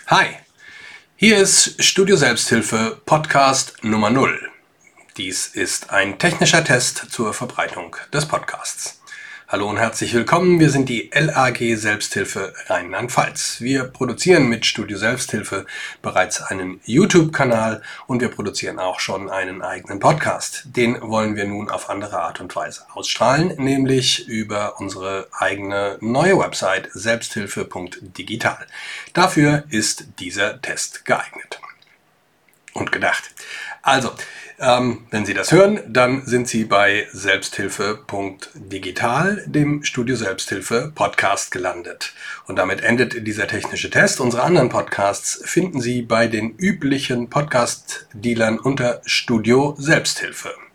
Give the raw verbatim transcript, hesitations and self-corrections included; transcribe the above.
Hi, hier ist Studio Selbsthilfe Podcast Nummer null. Dies ist ein technischer Test zur Verbreitung des Podcasts. Hallo und herzlich willkommen, wir sind die L A G Selbsthilfe Rheinland-Pfalz. Wir produzieren mit Studio Selbsthilfe bereits einen YouTube-Kanal und wir produzieren auch schon einen eigenen Podcast. Den wollen wir nun auf andere Art und Weise ausstrahlen, nämlich über unsere eigene neue Website selbsthilfe punkt digital. Dafür ist dieser Test geeignet und gedacht. Also, ähm, wenn Sie das hören, dann sind Sie bei selbsthilfe punkt digital, dem Studio Selbsthilfe Podcast gelandet. Und damit endet dieser technische Test. Unsere anderen Podcasts finden Sie bei den üblichen Podcast-Dealern unter Studio Selbsthilfe.